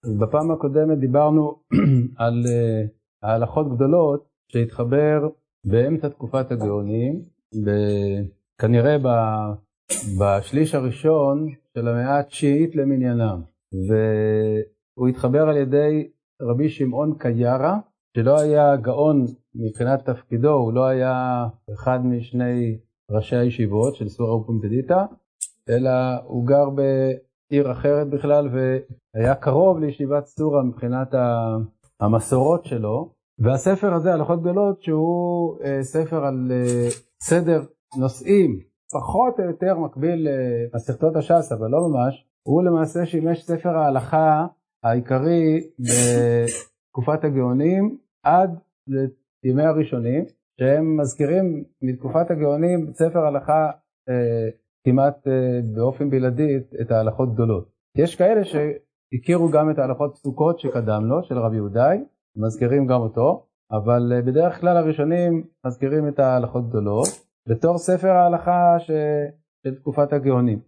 בפעם הקודמת דיברנו על ההלכות גדולות שהתחבר באמצע תקופת הגאונים, כנראה בשליש הראשון של המאה התשיעית למניינם, והוא התחבר על ידי רבי שמעון קיירה, שלא היה גאון מבחינת תפקידו, הוא לא היה אחד משני ראשי הישיבות של סורה ופומפדיטה, אלא הוא גר בעיר אחרת בכלל והיה קרוב לישיבת סורה מבחינת המסורות שלו. והספר הזה, הלכות גדולות, שהוא ספר על סדר נושאים פחות או יותר מקביל למסכתות הש"ס, אבל לא ממש, הוא למעשה שימש ספר ההלכה העיקרי בתקופת הגאונים עד לימי הראשונים, שהם מזכירים מתקופת הגאונים ספר הלכה כמעט באופן בלעדי את ההלכות גדולות. יש כאלה שהכירו גם את ההלכות פסוקות שקדם לו, של רבי יהודאי, מזכירים גם אותו, אבל בדרך כלל הראשונים מזכירים את ההלכות גדולות בתור ספר ההלכה של תקופת הגאונים.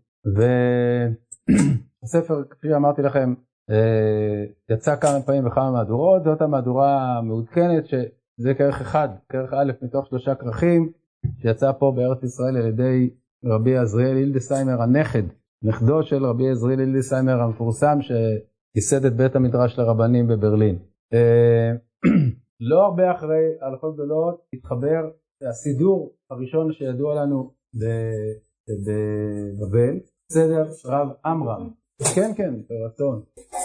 והספר, כפי שאמרתי לכם, יצא כמה פעמים וכמה מהדורות. זאת המהדורה המעודכנת, שזה כרך אחד, כרך א' מתוך 3 כרכים, שיצא פה בארץ ישראל על ידי רבי עזריאל הילדסהיימר הנכד, נכדו של רבי עזריאל הילדסהיימר המפורסם, שייסד את בית המדרש לרבנים בברלין. לא הרבה אחרי ההלכות גדולות התחבר הסידור הראשון שידוע לנו בבבל, סדר רב עמרם. כן, ברצון.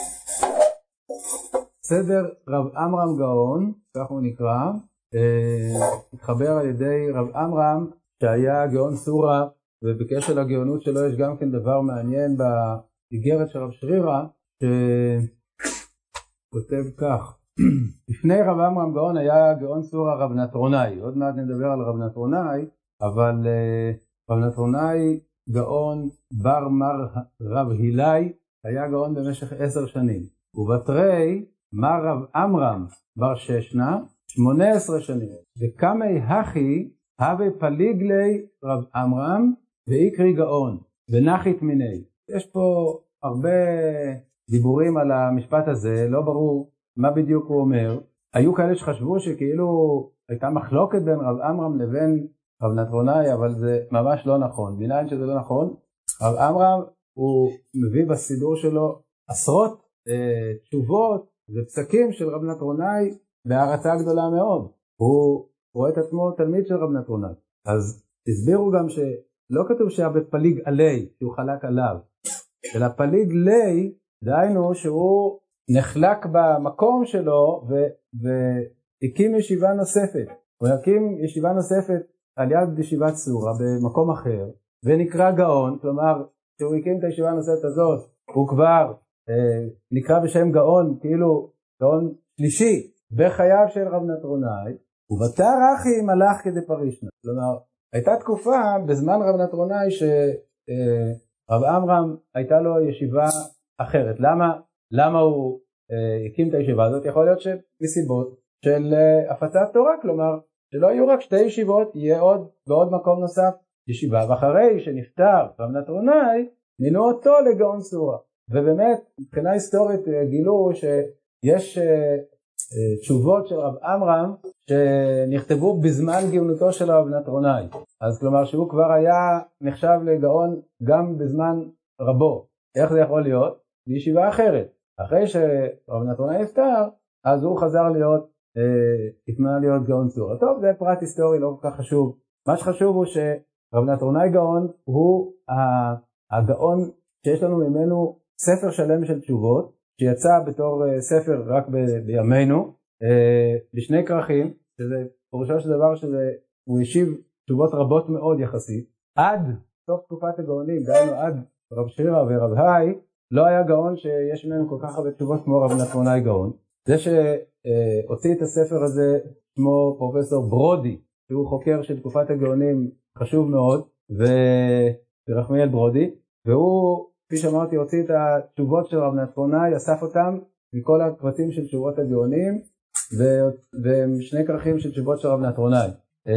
סדר רב עמרם גאון, כך הוא נקרא, התחבר על ידי רב עמרם שהיה גאון סורה, ובקשר לגאונות שלו יש גם כן דבר מעניין באיגרת של רב שרירא, שכותב כך: לפני רב עמרם גאון היה גאון סורה רב נתרונאי. עוד מעט נדבר על רב נתרונאי, אבל רב נתרונאי גאון בר מר רב הילי היה גאון במשך 10 שנים, ובתרי מר רב עמרם בר ששנה 18 שנים. וכמי הכי הווה פליגלי רב עמרם ויקרי גאון ונחית מיני. יש פה הרבה דיבורים על המשפט הזה, לא ברור מה בדיוק הוא אומר. היו כאלה שחשבו שכאילו הייתה מחלוקת בין רב עמרם לבין רב נתרונאי, אבל זה ממש לא נכון. מניין שזה לא נכון. רב עמרם הוא מביא בסידור שלו עשרות תשובות ופסקים של רב נתרונאי בהערצה גדולה מאוד. הוא רואה את עצמו תלמיד של רב נתרונאי. אז הסבירו גם שלא כתוב שהיה בפליג עלי, שהוא חלק עליו, אלא פליג לי, דהיינו שהוא נחלק במקום שלו והקים ישיבה נוספת. הוא הקים ישיבה נוספת על יד ישיבת סורה במקום אחר, ונקרא גאון. כלומר, כשהוא הקים את הישיבה הנוספת הזאת, הוא כבר נקרא בשם גאון, כאילו גאון שלישי בחייו של רב נתרונאי. ובתר אחי מלאך כדי פרישנה. כלומר, הייתה תקופה בזמן רב נתרונאי שרב עמרם הייתה לו ישיבה אחרת. למה הוא הקים את הישיבה הזאת? יכול להיות שמסיבות של הפצת תורה, כלומר שלא יהיו רק 2 ישיבות, יהיה עוד בעוד מקום נוסף ישיבה, ואחרי שנפטר רב נתרונאי מינו אותו לגאון סורה. ובאמת מבחינה היסטורית גילו שיש תשובות של רב עמרם שנכתבו בזמן גאונותו של רב נתרונאי. אז כלומר שהוא כבר היה נחשב לגאון גם בזמן רבו. איך זה יכול להיות? בישיבה אחרת. אחרי שרב נתרונאי נפטר, אז הוא חזר התמנה להיות גאון סורה. טוב, זה פרט היסטורי, לא כל כך חשוב. מה שחשוב הוא שרב נתרונאי גאון הוא הגאון שיש לנו ממנו ספר שלם של תשובות, שיצא בתור ספר רק בימינו, בשני כרכים, שזה פירושו של דבר שהוא השיב תשובות רבות מאוד יחסית. עד סוף תקופת הגאונים, דהיינו עד רב שרירא ורב היי, לא היה גאון שיש ממנו כל כך הרבה תשובות כמו רב נתרונאי גאון. זה שהוציא את הספר הזה כמו פרופסור ברודי, שהוא חוקר של תקופת הגאונים חשוב מאוד, ורחמיאל ברודי, והוא, כפי שאמרתי, הוציא את התשובות של רב נתרונאי, אסף אותם מכל הקבצים של תשובות הגאונים, ושני כרכים של תשובות של רב נתרונאי.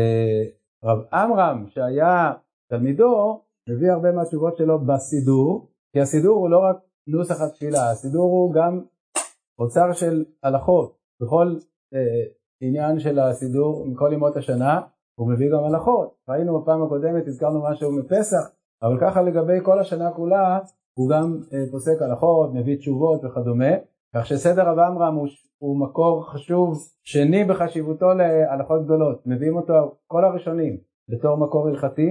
רב עמרם, שהיה תלמידו, מביא הרבה מהתשובות שלו בסידור, כי הסידור הוא לא רק נוסח התפילה, הסידור הוא גם אוצר של הלכות. בכל עניין של הסידור, מכל ימות השנה, הוא מביא גם הלכות. ראינו בפעם הקודמת, הזכרנו משהו מפסח, אבל ככה לגבי כל השנה כולה, הוא גם פוסק הלכות, מביא תשובות וכדומה. כך שסדר רב עמרם הוא מקור חשוב, שני בחשיבותו להלכות גדולות. מביאים אותו כל הראשונים בתור מקור הלכתי,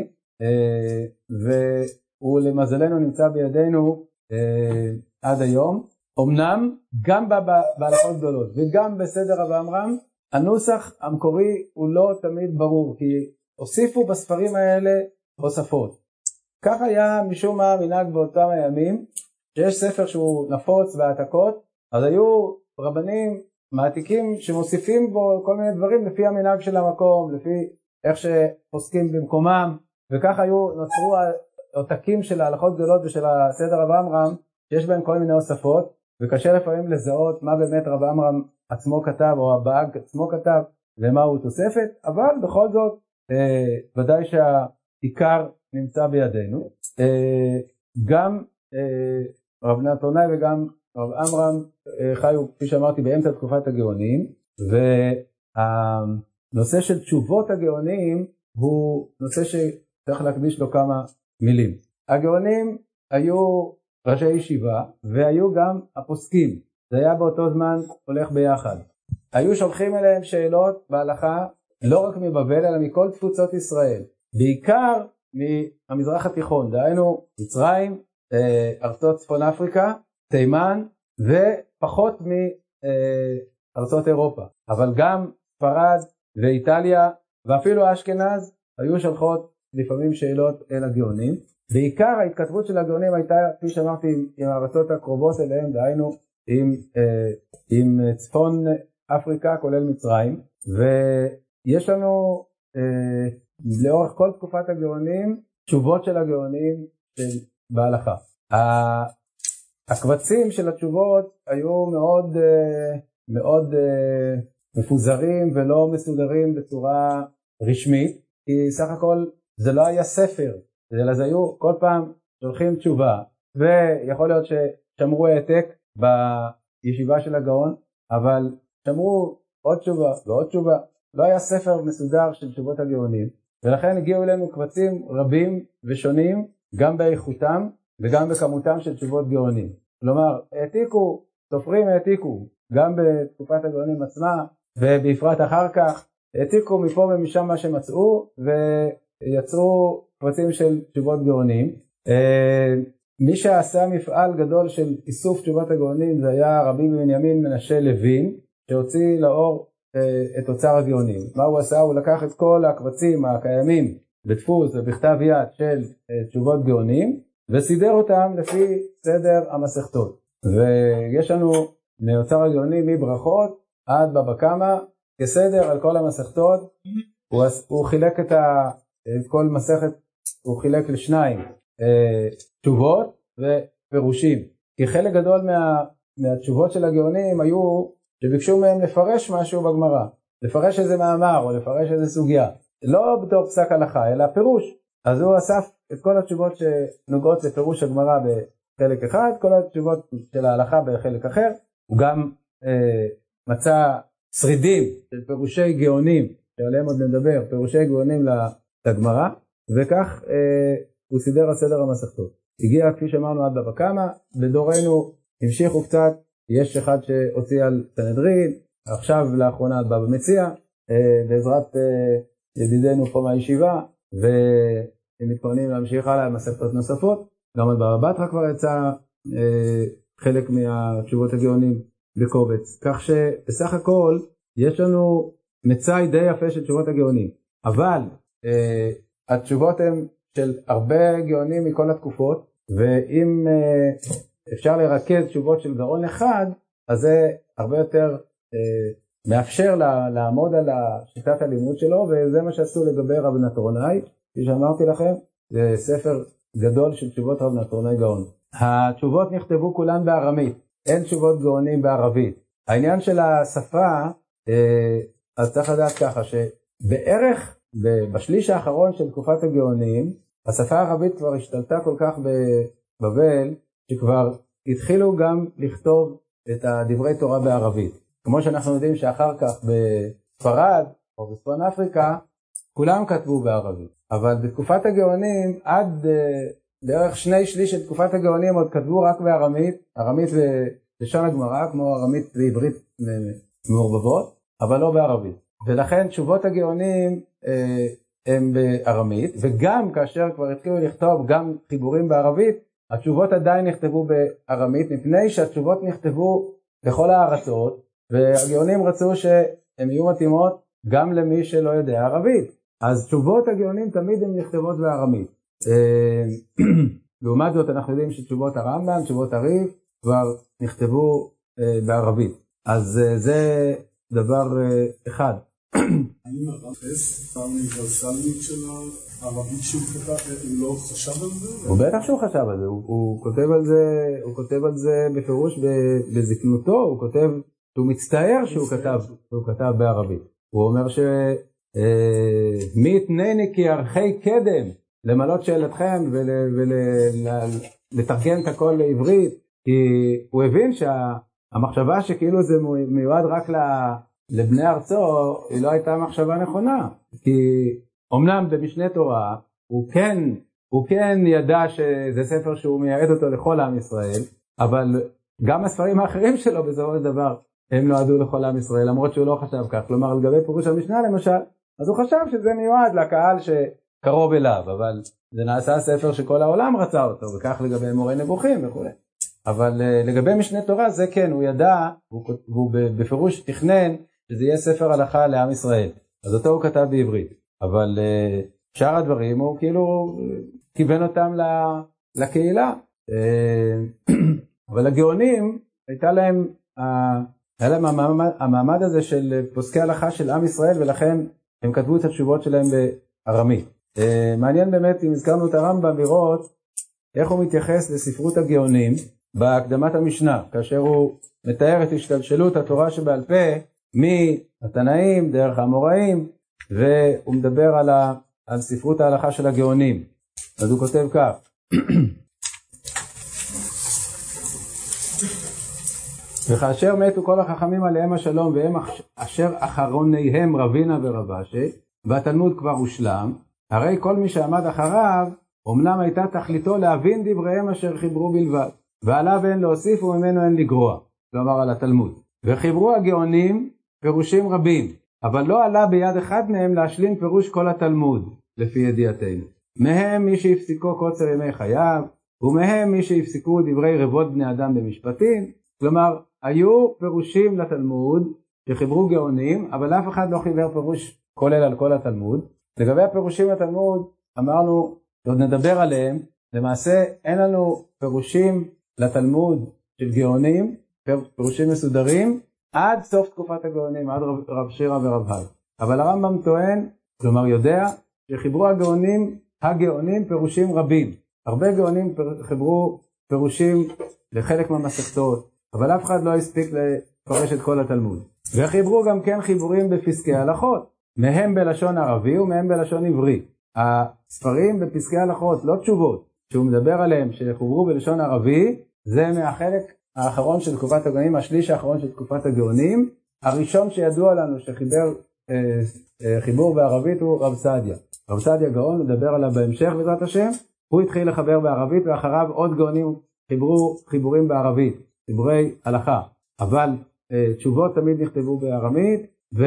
והוא למזלנו נמצא בידינו עד היום. אמנם גם בהלכות גדולות וגם בסדר רב עמרם, הנוסח המקורי הוא לא תמיד ברור, כי הוסיפו בספרים האלה הוספות. כך היה משום מה מנהג באותם הימים, שיש ספר שהוא נפוץ בהעתקות, אז היו רבנים מעתיקים שמוסיפים בו כל מיני דברים לפי המנהג של המקום, לפי איך שפוסקים במקומם, וכך נוצרו העותקים של ההלכות גדולות ושל הסדר רב עמרם, שיש בהם כל מיני הוספות, וקשה לפעמים לזהות מה באמת רב עמרם עצמו כתב או הבאג עצמו כתב ומה הוא תוספת, אבל בכל זאת ודאי שהעיקר נמצא בידינו. גם רב נתונאי וגם רב עמרם חיו, כפי שאמרתי, באמצע תקופת הגאונים, והנושא של תשובות הגאונים הוא נושא שצריך להקדיש לו כמה מילים. הגאונים היו ראשי ישיבה והיו גם הפוסקים, זה היה באותו זמן הולך ביחד. היו שולחים אליהם שאלות בהלכה לא רק מבבל אלא מכל תפוצות ישראל, בעיקר מהמזרח התיכון, דהיינו מצרים, ארצות צפון אפריקה, תימן, ופחות מארצות אירופה, אבל גם ספרד ואיטליה ואפילו אשכנז היו שולחות לפעמים שאלות אל הגאונים. בעיקר ההתכתבות של הגאונים הייתה, כפי שאמרתי, עם הארצות הקרובות אליהם, דהיינו עם צפון אפריקה כולל מצרים, ויש לנו לאורך כל תקופת הגאונים תשובות של הגאונים בהלכה. הקבצים של התשובות היו מאוד מפוזרים ולא מסודרים בצורה רשמית, כי סך הכל זה לא היה ספר, אלא זה היו כל פעם שולחים תשובה, ויכול להיות ששמרו העתק בישיבה של הגאון, אבל שמרו עוד תשובה ועוד תשובה, לא היה ספר מסודר של תשובות הגאונים, ולכן הגיעו אלינו קבצים רבים ושונים, גם באיכותם וגם בכמותם של תשובות גאונים. כלומר, סופרים העתיקו, גם בתקופת הגאונים עצמה, ובפרט אחר כך, העתיקו מפה ומשם מה שמצאו, ויצרו קבצים של תשובות גאונים. מי שעשה מפעל גדול של איסוף תשובות הגאונים, זה היה רבי בנימין מנשה לוין, שהוציא לאור את אוצר הגאונים. מה הוא עשה? הוא לקח את כל הקבצים הקיימים בדפוס ובכתב יד של תשובות גאונים, וסידר אותם לפי סדר המסכתות. ויש לנו מאוצר הגאונים מברכות עד בבא קמא כסדר על כל המסכתות. הוא חילק את כל מסכת, הוא חילק לשניים, תשובות ופירושים. כי חלק גדול מהתשובות של הגאונים היו שביקשו מהם לפרש משהו בגמרא, לפרש איזה מאמר או לפרש איזה סוגיה, לא בתור פסק הלכה אלא פירוש. אז הוא אסף את כל התשובות שנוגעות לפירוש הגמרא בחלק אחד, כל התשובות של ההלכה בחלק אחר. הוא גם מצא שרידים של פירושי גאונים, שעליהם עוד נדבר, פירושי גאונים לגמרא, וכך הוא סידר הסדר המסכתות. הגיע, כפי שאמרנו, עד בבא קמא. בדורנו המשיכו קצת, יש אחד שהוציא על סנהדרין, עכשיו לאחרונה על בבא מציעא, בעזרת ידידנו פה מהישיבה, והם מתכוננים להמשיך הלאה מסכתות נוספות. גם על בבא בתרא כבר יצא חלק מהתשובות הגאונים בקובץ, כך שבסך הכל יש לנו מצאי די יפה של תשובות הגאונים, אבל התשובות הן של הרבה גאונים מכל התקופות, ואם אפשר לרכז תשובות של גאון אחד, אז זה הרבה יותר מאפשר לעמוד על שיטת הלימוד שלו, וזה מה שעשו לגבי רב נתרונאי, כפי שאמרתי לכם, זה ספר גדול של תשובות רב נתרונאי גאון. התשובות נכתבו כולן בארמית, אין תשובות גאונים בערבית. העניין של השפה, אז צריך לדעת ככה, שבערך בשליש האחרון של תקופת הגאונים, השפה הערבית כבר השתלטה כל כך בבבל, שכבר התחילו גם לכתוב את הדברי תורה בערבית. כמו שאנחנו יודעים שאחר כך בספרד או בצפון אפריקה, כולם כתבו בערבית. אבל בתקופת הגאונים, עד בערך 2/3 של תקופת הגאונים עוד כתבו רק בארמית, ארמית בלשון הגמרא, כמו ארמית ועברית מעורבבות, אבל לא בערבית. ולכן תשובות הגאונים הם בארמית, וגם כאשר כבר התחילו לכתוב גם חיבורים בערבית, התשובות עדיין נכתבו בארמית, מפני שהתשובות נכתבו בכל הארצות, והגאונים רצו שהן יהיו מתאימות גם למי שלא יודע ערבית. אז תשובות הגאונים תמיד הן נכתבות בארמית. לעומת זאת אנחנו יודעים שתשובות הרמב"ם, תשובות הרי"ף, כבר נכתבו בערבית. אז זה דבר אחד. אני מחפש את האוניברסליות של הערבית שהוא כתב, הוא לא חשב על זה? הוא בטח שהוא חשב על זה, הוא כותב על זה בפירוש בזקנותו, הוא כותב שהוא מצטער שהוא כתב בערבית. הוא אומר מי יתנני כי ערכי קדם למלות שאלתכם ולתרגם את הכל לעברית, כי הוא הבין שהמחשבה שכאילו זה מיועד רק לבני ארצו, היא לא הייתה מחשבה נכונה, כי אמנם במשנה תורה הוא כן ידע שזה ספר שהוא מייעד אותו לכל עם ישראל, אבל גם הספרים האחרים שלו בסופו של דבר הם נועדו לכל עם ישראל, למרות שהוא לא חשב כך. כלומר, לגבי פירוש המשנה למשל, אז הוא חשב שזה מיועד לקהל שקרוב אליו, אבל זה נעשה ספר שכל העולם רצה אותו, וכך לגבי מורה נבוכים וכו'. אבל לגבי משנה תורה זה כן, הוא ידע, והוא בפירוש תכנן שזה יהיה ספר הלכה לעם ישראל. אז אותו הוא כתב בעברית. אבל שאר הדברים הוא כאילו כיוון אותם לקהילה. אבל הגאונים היה להם המעמד הזה של פוסקי הלכה של עם ישראל, ולכן הם כתבו את התשובות שלהם בארמית. מעניין באמת אם הזכרנו את הרמב"ם לראות איך הוא מתייחס לספרות הגאונים בהקדמת המשנה, כאשר הוא מתאר את השתלשלות התורה שבעל פה מהתנאים דרך האמוראים, והוא מדבר על ספרות ההלכה של הגאונים. אז הוא כותב כך: וכאשר מתו כל החכמים עליהם השלום, והם אשר אחרוניהם רבינה ורבשי, והתלמוד כבר הושלם, הרי כל מי שעמד אחריו, אמנם הייתה תכליתו להבין דבריהם אשר חיברו בלבד, ועליו אין להוסיף וממנו אין לגרוע, כלומר על התלמוד. וחיברו הגאונים פירושים רבים, אבל לא עלה ביד אחד מהם להשלים פירוש כל התלמוד, לפי ידיעתנו. מהם מי שהפסיקו קוצר ימי חייו, ומהם מי שהפסיקו דברי רבות בני אדם במשפטים. כלומר, היו פירושים לתלמוד שחיברו גאונים, אבל אף אחד לא חיבר פירוש כולל על כל התלמוד. לגבי הפירושים לתלמוד, אמרנו, עוד נדבר עליהם, למעשה אין לנו פירושים לתלמוד של גאונים, פירושים מסודרים, עד סוף תקופת הגאונים, עד רב שירה ורב הר. אבל הרמב"ם טוען, כלומר יודע, שחיברו הגאונים פירושים רבים. הרבה גאונים חיברו פירושים לחלק מהמסכתות, אבל אף אחד לא הספיק לפרש את כל התלמוד. וחיברו גם כן חיבורים בפסקי הלכות, מהם בלשון ערבי ומהם בלשון עברי. הספרים בפסקי הלכות, לא תשובות, שהוא מדבר עליהם שחוברו בלשון ערבי, זה מהחלק האחרון של תקופת הגאונים, השליש האחרון של תקופת הגאונים. הראשון שידוע לנו שחיבר חיבור בערבית הוא רב סעדיה. רב סעדיה גאון, מדבר עליו בהמשך בעזרת השם. הוא התחיל לחבר בערבית, ואחריו עוד גאונים חיברו חיבורים בערבית, חיבורי הלכה. אבל תשובות תמיד נכתבו בארמית,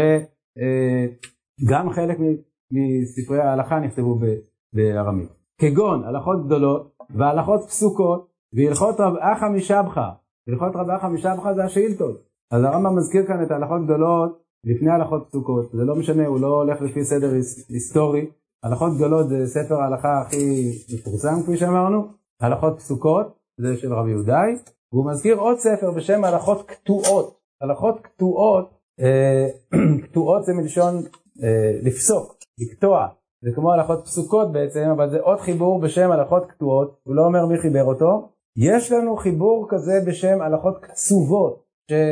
וגם חלק מספרי ההלכה נכתבו בארמית. כגון הלכות גדולות והלכות פסוקות והלכות רב אחא משבחה. הלכות רב אחא משבחה זה השאילתות. אז הרמב"ם מזכיר כאן את ההלכות גדולות לפני הלכות פסוקות. זה לא משנה, הוא לא הולך לפי סדר היסטורי. הלכות גדולות זה ספר ההלכה הכי מפורסם כפי שאמרנו. הלכות פסוקות זה של רב יהודאי. והוא מזכיר עוד ספר בשם הלכות קטועות. הלכות קטועות, קטועות זה מלשון לפסוק, לקטוע. זה כמו הלכות פסוקות בעצם, אבל זה עוד חיבור בשם הלכות קטועות. הוא לא אומר מי חיבר אותו. יש לנו חיבור כזה בשם הלכות קצובות,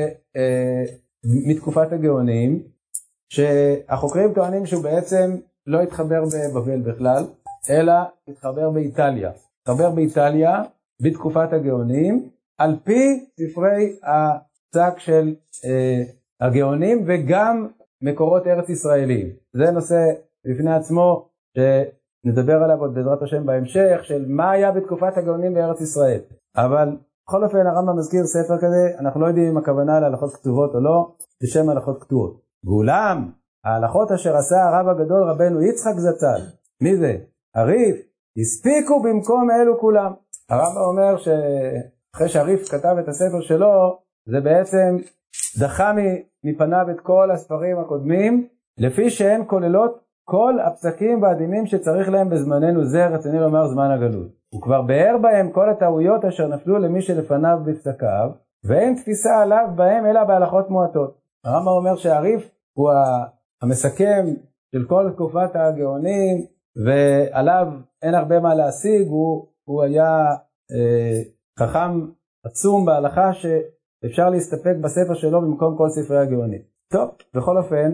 מתקופת הגאונים, שהחוקרים טוענים שהוא בעצם לא התחבר בבבל בכלל, אלא התחבר באיטליה. התחבר באיטליה בתקופת הגאונים, על פי ספרי פסק של הגאונים וגם מקורות ארץ ישראלים. זה נושא בפני עצמו שנדבר עליו עוד בעזרת השם בהמשך, של מה היה בתקופת הגאונים בארץ ישראל. אבל בכל אופן הרמב"ם מזכיר ספר כזה, אנחנו לא יודעים אם הכוונה להלכות כתובות או לא, בשם הלכות כתובות. ואולם, ההלכות אשר עשה הרב הגדול רבנו יצחק זצ"ל, מי זה? הריף, הספיקו במקום אלו כולם. הרמב"ם אומר שאחרי שהריף כתב את הספר שלו, זה בעצם דחה מפניו את כל הספרים הקודמים, לפי שהן כוללות כל הפסקים והדינים שצריך להם בזמננו זה, רציני לומר זמן הגלות. הוא כבר באר בהם כל הטעויות אשר נפלו למי שלפניו בפסקיו, ואין תפיסה עליו בהם אלא בהלכות מועטות. הרמב"ם אומר שהריף הוא המסכם של כל תקופת הגאונים, ועליו אין הרבה מה להשיג, הוא היה חכם עצום בהלכה שאפשר להסתפק בספר שלו במקום כל ספרי הגאונים. טוב, בכל אופן,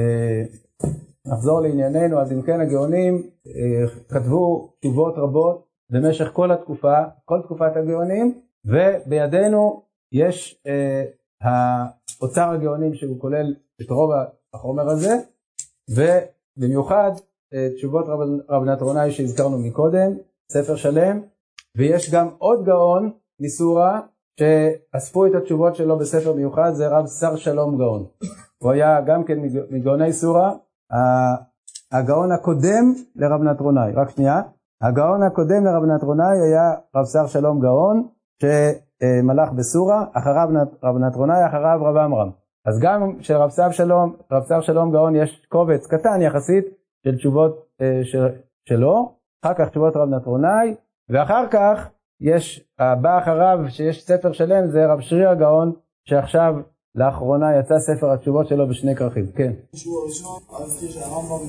נחזור לענייננו. אז אם כן, הגאונים כתבו תשובות רבות במשך כל התקופה, כל תקופת הגאונים, ובידינו יש האוצר הגאונים שהוא כולל את רוב החומר הזה, ובמיוחד תשובות רב נתרונאי שהזכרנו מקודם, ספר שלם, ויש גם עוד גאון מסורה שאספו את התשובות שלו בספר מיוחד, זה רב שר שלום גאון. הוא היה גם כן מגאוני סורה, הגאון הקודם לרב נתרונאי, רק שנייה, הגאון הקודם לרב נתרונאי היה רב שר שלום גאון, שמלך בסורה, אחריו רב נתרונאי, אחריו רב עמרם. אז גם של רב שר שלום גאון יש קובץ קטן יחסית של תשובות שלו, אחר כך תשובות רב נתרונאי, ואחר כך יש, הבא אחריו שיש ספר שלם, זה רב שרי הגאון, שעכשיו לאחרונה יצא ספר התשובות שלו בשני כרכים. כן. שהוא הראשון, אז תהיה שהרמב"ם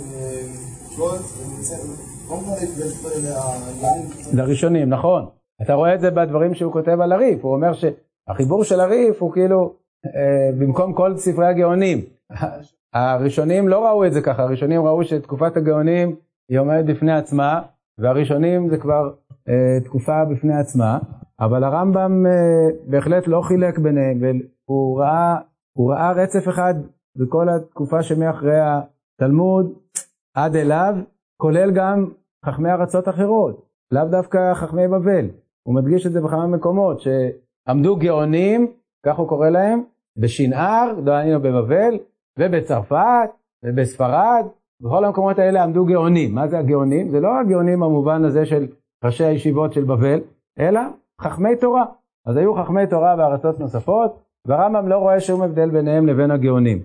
לראשונים, נכון. אתה רואה את זה בדברים שהוא כותב על הריף, הוא אומר שהחיבור של הריף הוא כאילו במקום כל ספרי הגאונים. הראשונים לא ראו את זה ככה, הראשונים ראו שתקופת הגאונים היא עומדת בפני עצמה, והראשונים זה כבר תקופה בפני עצמה, אבל הרמב"ם בהחלט לא חילק ביניהם, הוא ראה רצף אחד בכל התקופה שמאחרי התלמוד עד אליו, כולל גם חכמי ארצות אחרות, לאו דווקא חכמי בבל. הוא מדגיש את זה בכמה מקומות, שעמדו גאונים, כך הוא קורא להם, בשנער, דהיינו בבבל, ובצרפת, ובספרד, בכל המקומות האלה עמדו גאונים. מה זה הגאונים? זה לא הגאונים המובן הזה של ראשי הישיבות של בבל, אלא חכמי תורה. אז היו חכמי תורה בארצות נוספות, והרמב"ם לא רואה שום הבדל ביניהם לבין הגאונים.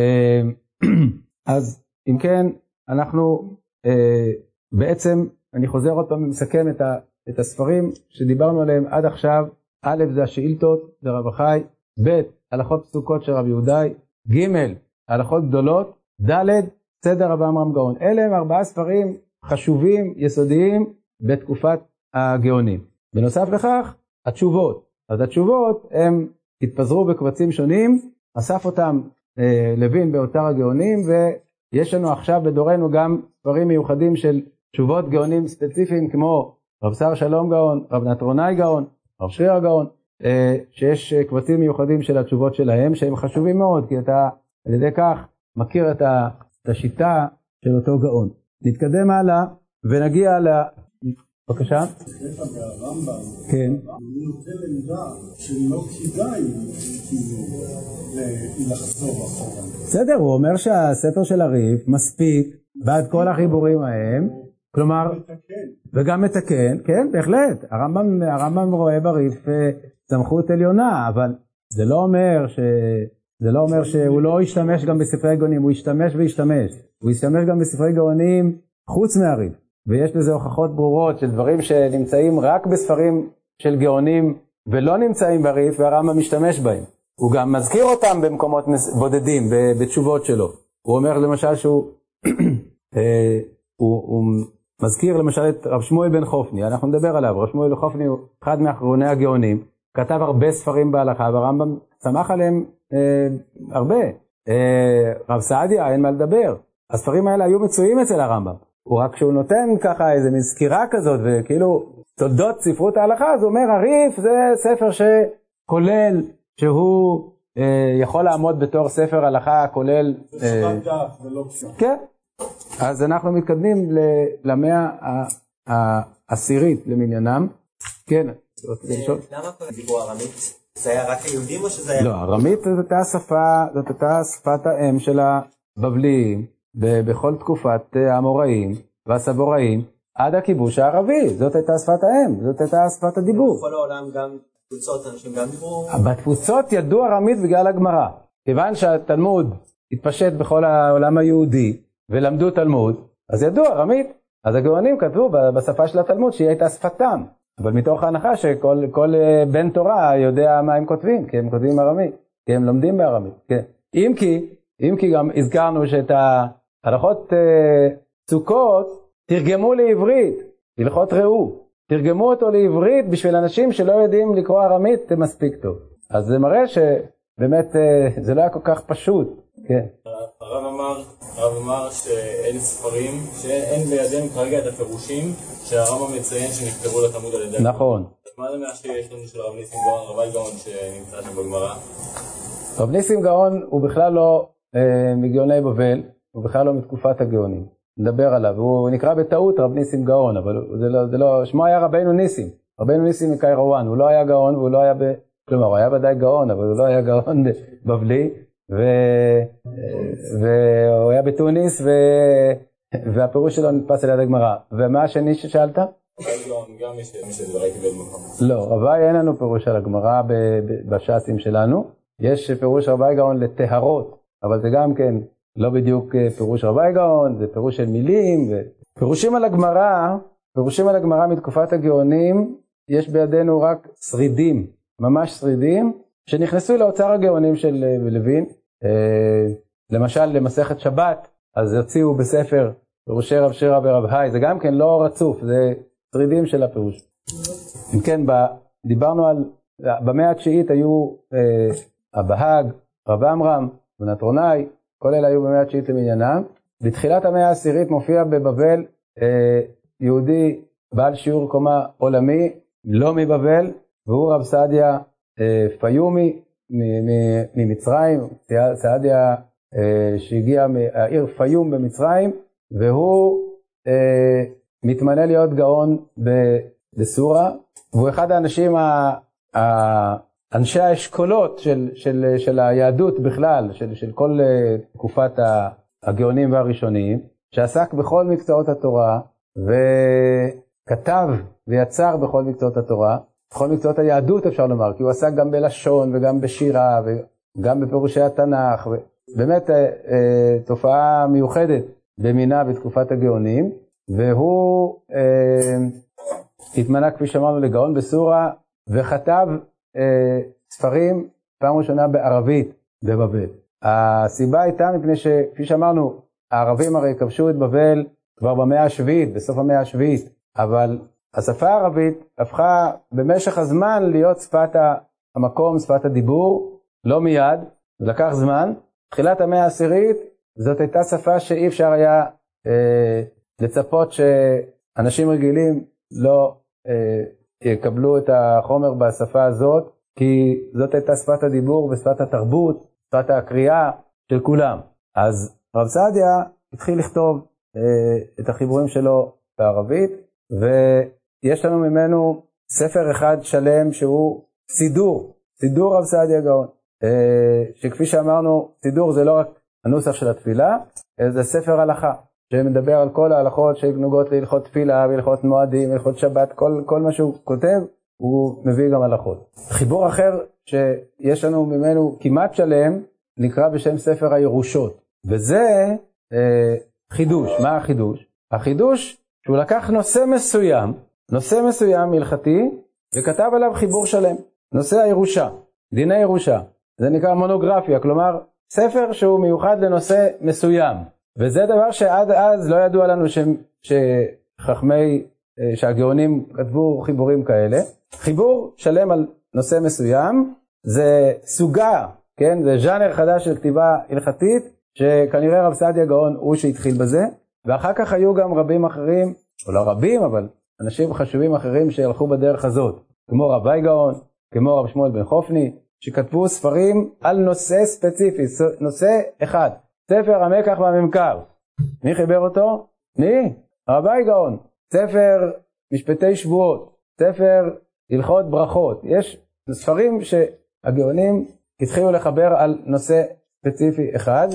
אז אם כן, אנחנו בעצם, אני חוזר עוד פעם ומסכם את הספרים שדיברנו עליהם עד עכשיו. א' זה השאילתות לרב החי, ב' הלכות פסוקות של רב יהודאי, ג' הלכות גדולות, ד' סדר רב עמרם גאון. אלה הם 4 ספרים חשובים, יסודיים, בתקופת הגאונים. בנוסף לכך, התשובות. אז התשובות הם התפזרו בקבצים שונים, אסף אותם לוין באוצר הגאונים, ויש לנו עכשיו בדורנו גם ספרים מיוחדים של תשובות גאונים ספציפיים, כמו רב שר שלום גאון, רב נתרונאי גאון, רב שרי הגאון, שיש קבצים מיוחדים של התשובות שלהם, שהם חשובים מאוד, כי אתה על ידי כך מכיר את השיטה של אותו גאון. נתקדם הלאה ונגיע בבקשה. כן. אני נותן עמדה שלא כדאי לחזור אחורה. בסדר, הוא אומר שהספר של הריף מספיק בעד כל החיבורים ההם, כלומר, וגם מתקן, כן, בהחלט. הרמב"ם רואה בריף סמכות עליונה, אבל זה לא אומר שהוא לא ישתמש גם בספרי גאונים, הוא ישתמש וישתמש. הוא ישתמש גם בספרי גאונים חוץ מהריף. ויש לזה הוכחות ברורות של דברים שנמצאים רק בספרים של גאונים ולא נמצאים בריף, והרמב"ם משתמש בהם. הוא גם מזכיר אותם במקומות בודדים, בתשובות שלו. הוא אומר למשל שהוא הוא מזכיר למשל את רב שמואל בן חופני, אנחנו נדבר עליו. רב שמואל בן חופני הוא אחד מאחרוני הגאונים, כתב הרבה ספרים בהלכה, והרמב"ם שמח עליהם הרבה. רב סעדיה, אין מה לדבר. הספרים האלה היו מצויים אצל הרמב"ם. הוא רק כשהוא נותן ככה איזה מזכירה כזאת, וכאילו תולדות ספרות ההלכה, אז הוא אומר, הריף זה ספר שכולל, שהוא יכול לעמוד בתור ספר הלכה כולל... זה שבת דעת ולא פסק. כן. אז אנחנו מתקדמים למאה העשירית למניינם. כן. למה כל דיברו ארמית? זה היה רק היהודים או שזה היה... לא, ארמית זאת הייתה שפת האם של הבבליים בכל תקופת האמוראים והסבוראים עד הכיבוש הערבי. זאת הייתה שפת האם, זאת הייתה שפת הדיבור. בכל העולם גם תפוצות אנשים גם דיברו... בתפוצות ידעו ארמית בגלל הגמרא. כיוון שהתלמוד התפשט בכל העולם היהודי ולמדו תלמוד, אז ידעו ארמית. אז הגאונים כתבו בשפה של התלמוד שהיא הייתה שפתם. אבל מתוך ההנחה שכל בן תורה יודע מה הם כותבים, כי הם כותבים ארמית, כי הם לומדים בארמית. כן. אם כי גם הזכרנו שאת ההלכות סוכות תרגמו לעברית, הלכות ראו. תרגמו אותו לעברית בשביל אנשים שלא יודעים לקרוא ארמית מספיק טוב. אז זה מראה שבאמת זה לא היה כל כך פשוט. כן. הרב אמר שאין ספרים, שאין בידינו כרגע את הפירושים שהרמב"ם מציין שנכתבו לתלמוד על ידי. נכון. מה זה מה שיש לנו של רב ניסים גאון, רבי גאון שנמצא שם בגמרא? רב ניסים גאון הוא בכלל לא מגאוני בבל, הוא בכלל לא מתקופת הגאונים. נדבר עליו, הוא נקרא בטעות רב ניסים גאון, אבל זה לא, שמו היה רבינו ניסים. רבינו ניסים מקיירואן, הוא לא היה גאון והוא לא היה כלומר, הוא היה ודאי גאון, אבל הוא לא היה גאון בבלי. והוא היה בתוניס והפירוש שלו נתפס על יד הגמרא. ומה השני ששאלת? גם יש דברי קיבל מקום. לא, רבי אין לנו פירוש על הגמרא בש"סים שלנו. יש פירוש רבי גאון לטהרות, אבל זה גם כן לא בדיוק פירוש רבי גאון, זה פירוש של מילים. פירושים על הגמרא מתקופת הגאונים יש בידינו רק שרידים, ממש שרידים, שנכנסו לאוצר הגאונים של לוין. למשל למסכת שבת, אז יוציאו בספר פירושי רב שירא ורב היי, זה גם כן לא רצוף, זה שרידים של הפירוש. אם כן, דיברנו על, במאה התשיעית היו הבהג, רב עמרם, ונטרונאי, כל אלה היו במאה התשיעית למניינם. בתחילת המאה העשירית מופיע בבבל יהודי בעל שיעור קומה עולמי, לא מבבל, והוא רב סעדיה פיומי ממצרים, סעדיה שהגיע מהעיר פיום במצרים, והוא מתמנה להיות גאון בסורה, והוא אחד האנשים, אנשי האשכולות של היהדות בכלל, של כל תקופת הגאונים והראשונים, שעסק בכל מקצועות התורה, וכתב ויצר בכל מקצועות התורה, בכל מקצועות היהדות אפשר לומר, כי הוא עסק גם בלשון וגם בשירה וגם בפירושי התנ"ך, באמת תופעה מיוחדת במינה בתקופת הגאונים, והוא התמנה כפי שאמרנו לגאון בסורה, וכתב ספרים פעם ראשונה בערבית בבבל. הסיבה הייתה מפני שכפי שאמרנו, הערבים הרי כבשו את בבל כבר במאה השביעית, בסוף המאה השביעית, אבל השפה הערבית הפכה במשך הזמן להיות שפת המקום, שפת הדיבור, לא מיד, זה לקח זמן. תחילת המאה העשירית זאת הייתה שפה שאי אפשר היה לצפות שאנשים רגילים לא יקבלו את החומר בשפה הזאת, כי זאת הייתה שפת הדיבור ושפת התרבות, שפת הקריאה של כולם. אז רב סעדיה התחיל לכתוב את החיבורים שלו בערבית, ויש לנו ממנו ספר אחד שלם שהוא סידור רב סעדיה גאון, שכפי שאמרנו, סידור זה לא רק הנוסח של התפילה, זה ספר הלכה, שמדבר על כל ההלכות שנוגעות להלכות תפילה, והלכות מועדים, והלכות שבת, כל מה שהוא כותב, הוא מביא גם הלכות. חיבור אחר שיש לנו ממנו כמעט שלם, נקרא בשם ספר הירושות, וזה חידוש. מה החידוש? החידוש שהוא לקח נושא מסוים הלכתי, וכתב עליו חיבור שלם, נושא הירושה, דיני ירושה. זה נקרא מונוגרפיה, כלומר ספר שהוא מיוחד לנושא מסוים, וזה דבר שעד אז לא ידוע לנו שהגאונים כתבו חיבורים כאלה. חיבור שלם על נושא מסוים, זה סוגה, כן? זה ז'אנר חדש של כתיבה הלכתית, שכנראה רב סעדיה גאון הוא שהתחיל בזה, ואחר כך היו גם רבים אחרים, או לא רבים, אבל אנשים חשובים אחרים שהלכו בדרך הזאת, כמו רבי גאון, כמו רב שמואל בן חופני, שכתבו ספרים על נושא ספציפי, נושא אחד, ספר המקח והממכר. מי חיבר אותו? רבי גאון. ספר משפטי שבועות, ספר הלכות ברכות. יש ספרים שהגאונים התחילו לחבר על נושא ספציפי אחד,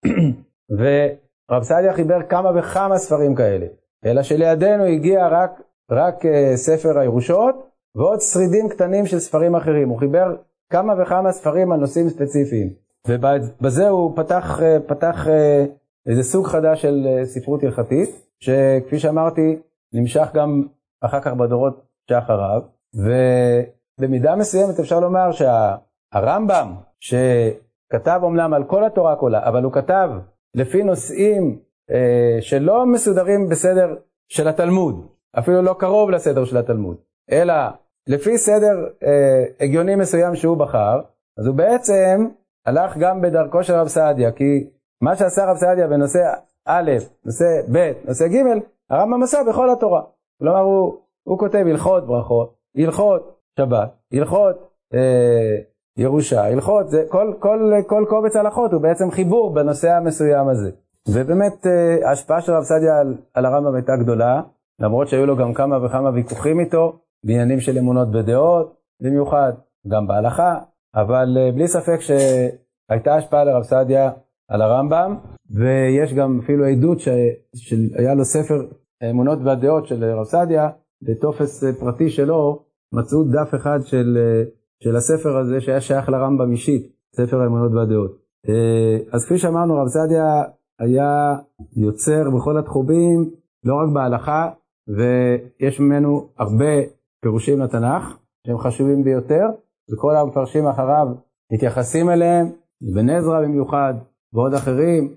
ורב סעדיה חיבר כמה וכמה ספרים כאלה, אלא שלידינו הגיע רק ספר הירושות, ועוד שרידים קטנים של ספרים אחרים. הוא חיבר כמה וכמה ספרים על נושאים ספציפיים, ובזה הוא פתח איזה סוג חדש של ספרות הלכתית, שכפי שאמרתי נמשך גם אחר כך בדורות שאחריו, ובמידה מסוימת אפשר לומר שהרמב"ם שכתב אומנם על כל התורה כולה, אבל הוא כתב לפי נושאים שלא מסודרים בסדר של התלמוד, אפילו לא קרוב לסדר של התלמוד, אלא לפי סדר הגיוני מסוים שהוא בחר. אז הוא בעצם הלך גם בדרכו של רב סעדיה, כי מה שעשה רב סעדיה בנושא א', נושא ב', נושא ג', הרמב"ם עשה בכל התורה. כלומר הוא כותב הלכות ברכות, הלכות שבת, הלכות ירושה, הלכות, כל קובץ הלכות הוא בעצם חיבור בנושא המסוים הזה. ובאמת ההשפעה של רב סעדיה על הרמב"ם הייתה גדולה, למרות שהיו לו גם כמה וכמה ויכוחים איתו, בעניינים של אמונות בדעות, במיוחד גם בהלכה, אבל בלי ספק שהייתה השפעה לרב סעדיה על הרמב"ם, ויש גם אפילו עדות שהיה לו ספר אמונות והדעות של רב סעדיה, בטופס פרטי שלו מצאו דף אחד של הספר הזה שהיה שייך לרמב"ם אישית, ספר האמונות והדעות. אז כפי שאמרנו, רב סעדיה היה יוצר בכל התחומים, לא רק בהלכה, ויש ממנו הרבה פירושים לתנ"ך שהם חשובים ביותר, וכל המפרשים אחריו מתייחסים אליהם, בן עזרא במיוחד ועוד אחרים.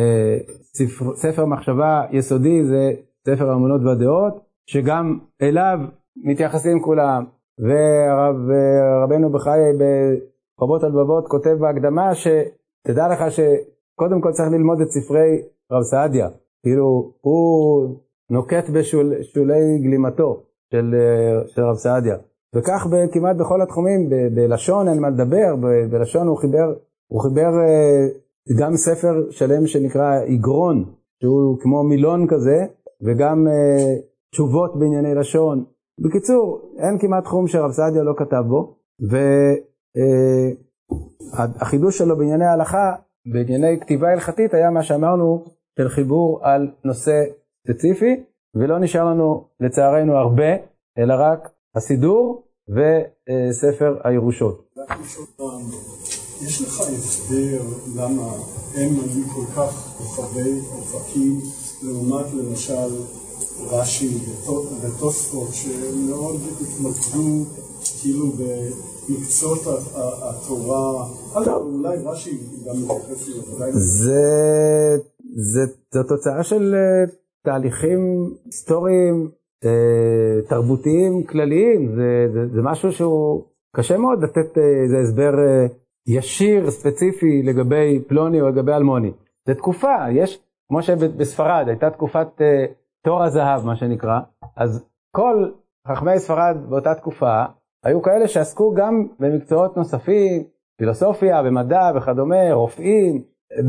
ספר מחשבה יסודי זה ספר האמונות והדעות, שגם אליו מתייחסים כולם, ורבנו בחיי ברבות הלבבות כותב בהקדמה שתדע לך שקודם כל צריך ללמוד את ספרי רב סעדיה, כאילו הוא נוקט בשולי גלימתו של רב סעדיה, וכך כמעט בכל התחומים. בלשון אין מה לדבר, בלשון הוא חיבר גם ספר שלם שנקרא איגרון, שהוא כמו מילון כזה, וגם תשובות בענייני לשון. בקיצור, אין כמעט תחום שרב סעדיה לא כתב בו, והחידוש שלו בענייני ההלכה, בענייני כתיבה הלכתית, היה מה שאמרנו של חיבור על נושא ספציפי, ולא נשאר לנו לצערנו הרבה, אלא רק הסידור וספר הירושות. יש לך הסבר למה הם היו כל כך רחבי אופקים, לעומת למשל רש"י ותוספות שמאוד התמקדו כאילו במקצות התורה, אולי רש"י גם מתייחס לזה. זו תוצאה של תהליכים היסטוריים, תרבותיים כלליים. זה משהו שהוא קשה מאוד לתת איזה הסבר ישיר ספציפי לגבי פלוני או לגבי אלמוני. זה תקופה, יש כמו שבספרד הייתה תקופת תור הזהב מה שנקרא, אז כל חכמי ספרד באותה תקופה היו כאלה שעסקו גם במקצועות נוספים, פילוסופיה, במדע וכדומה, רופאים,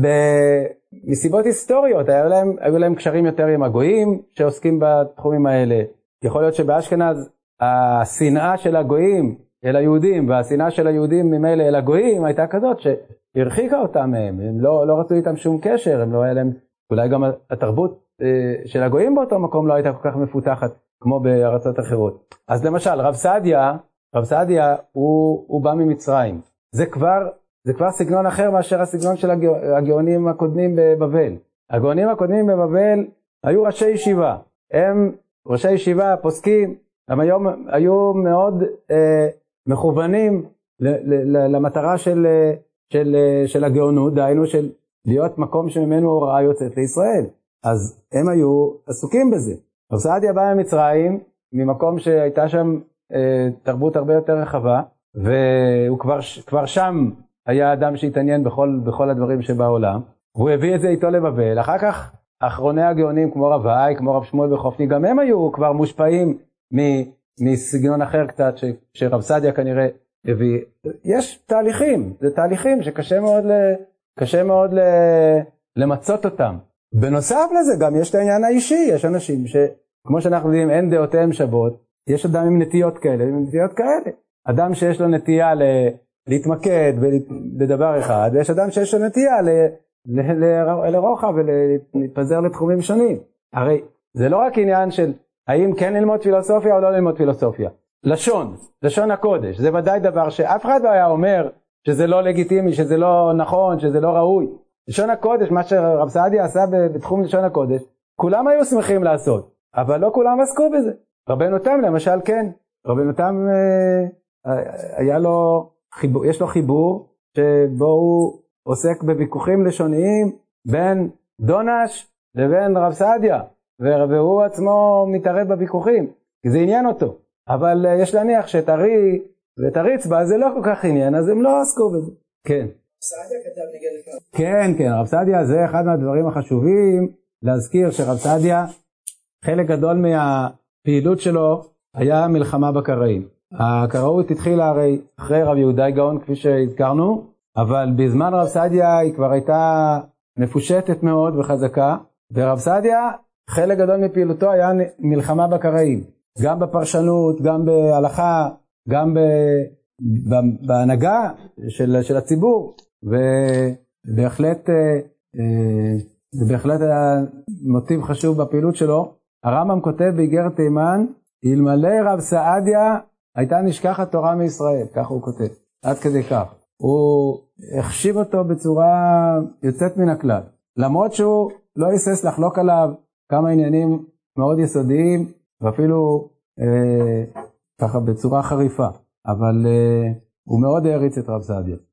מסיבות היסטוריות, היו להם קשרים יותר עם הגויים שעוסקים בתחומים האלה. יכול להיות שבאשכנז השנאה של הגויים אל היהודים, והשנאה של היהודים ממילא אל הגויים הייתה כזאת שהרחיקה אותם מהם, הם לא רצו איתם שום קשר, הם לא היה להם, אולי גם התרבות של הגויים באותו מקום לא הייתה כל כך מפותחת כמו בארצות אחרות. אז למשל רב סעדיה הוא בא ממצרים, זה כבר סגנון אחר מאשר הסגנון של הגאונים הקודמים בבבל. הגאונים הקודמים בבבל היו ראשי ישיבה, הם ראשי ישיבה פוסקים, הם היו מאוד מכוונים למטרה של הגאונות, דהיינו של להיות מקום שממנו הוראה יוצאת לישראל. אז הם היו עסוקים בזה. רב סעדיה בא ממצרים, ממקום שהייתה שם תרבות הרבה יותר רחבה, והוא כבר שם היה אדם שהתעניין בכל הדברים שבעולם, והוא הביא את זה איתו לבבל. אחר כך אחרוני הגאונים כמו רב האי, כמו רב שמואל וחופני, גם הם היו כבר מושפעים מסגנון אחר קצת, שרב סעדיה כנראה יש תהליכים, זה תהליכים שקשה מאוד למצות אותם. בנוסף לזה גם יש את העניין האישי, יש אנשים שכמו שאנחנו יודעים אין דעותיהם שוות, יש אדם עם נטיות כאלה, אדם שיש לו נטייה להתמקד בדבר אחד, ויש אדם שיש לו נטייה לרוחב ולהתפזר לתחומים שונים. הרי זה לא רק עניין של האם כן ללמוד פילוסופיה או לא ללמוד פילוסופיה. לשון הקודש, זה ודאי דבר שאף אחד לא היה אומר שזה לא לגיטימי, שזה לא נכון, שזה לא ראוי. לשון הקודש, מה שרב סעדיה עשה בתחום לשון הקודש, כולם היו שמחים לעשות, אבל לא כולם עסקו בזה. רבנו תם למשל כן, רבנו תם יש לו חיבור שבו הוא עוסק בוויכוחים לשוניים בין דונש לבין רב סעדיה, והוא עצמו מתערב בוויכוחים, כי זה עניין אותו. אבל יש להניח שאת ארי ואת הרצב"א זה לא כל כך עניין, אז הם לא עסקו בזה. כן. סעדיה כתב נגד אחד. כן, רב סעדיה זה אחד מהדברים החשובים להזכיר שרב סעדיה, חלק גדול מהפעילות שלו היה מלחמה בקראים. הקראות התחילה הרי אחרי רב יהודה גאון כפי שהזכרנו, אבל בזמן רב סעדיה היא כבר הייתה מפושטת מאוד וחזקה, ורב סעדיה חלק גדול מפעילותו היה מלחמה בקראים, גם בפרשנות, גם בהלכה, גם בהנהגה של הציבור, ובהחלט היה מוטיב חשוב בפעילות שלו. הרמב"ם כותב באיגרת תימן, אלמלא רב סעדיה הייתה נשכחת תורה מישראל, כך הוא כותב, עד כדי כך. הוא החשיב אותו בצורה יוצאת מן הכלל, למרות שהוא לא היסס לחלוק עליו כמה עניינים מאוד יסודיים, ואפילו ככה בצורה חריפה, אבל הוא מאוד העריץ את רב סעדיה.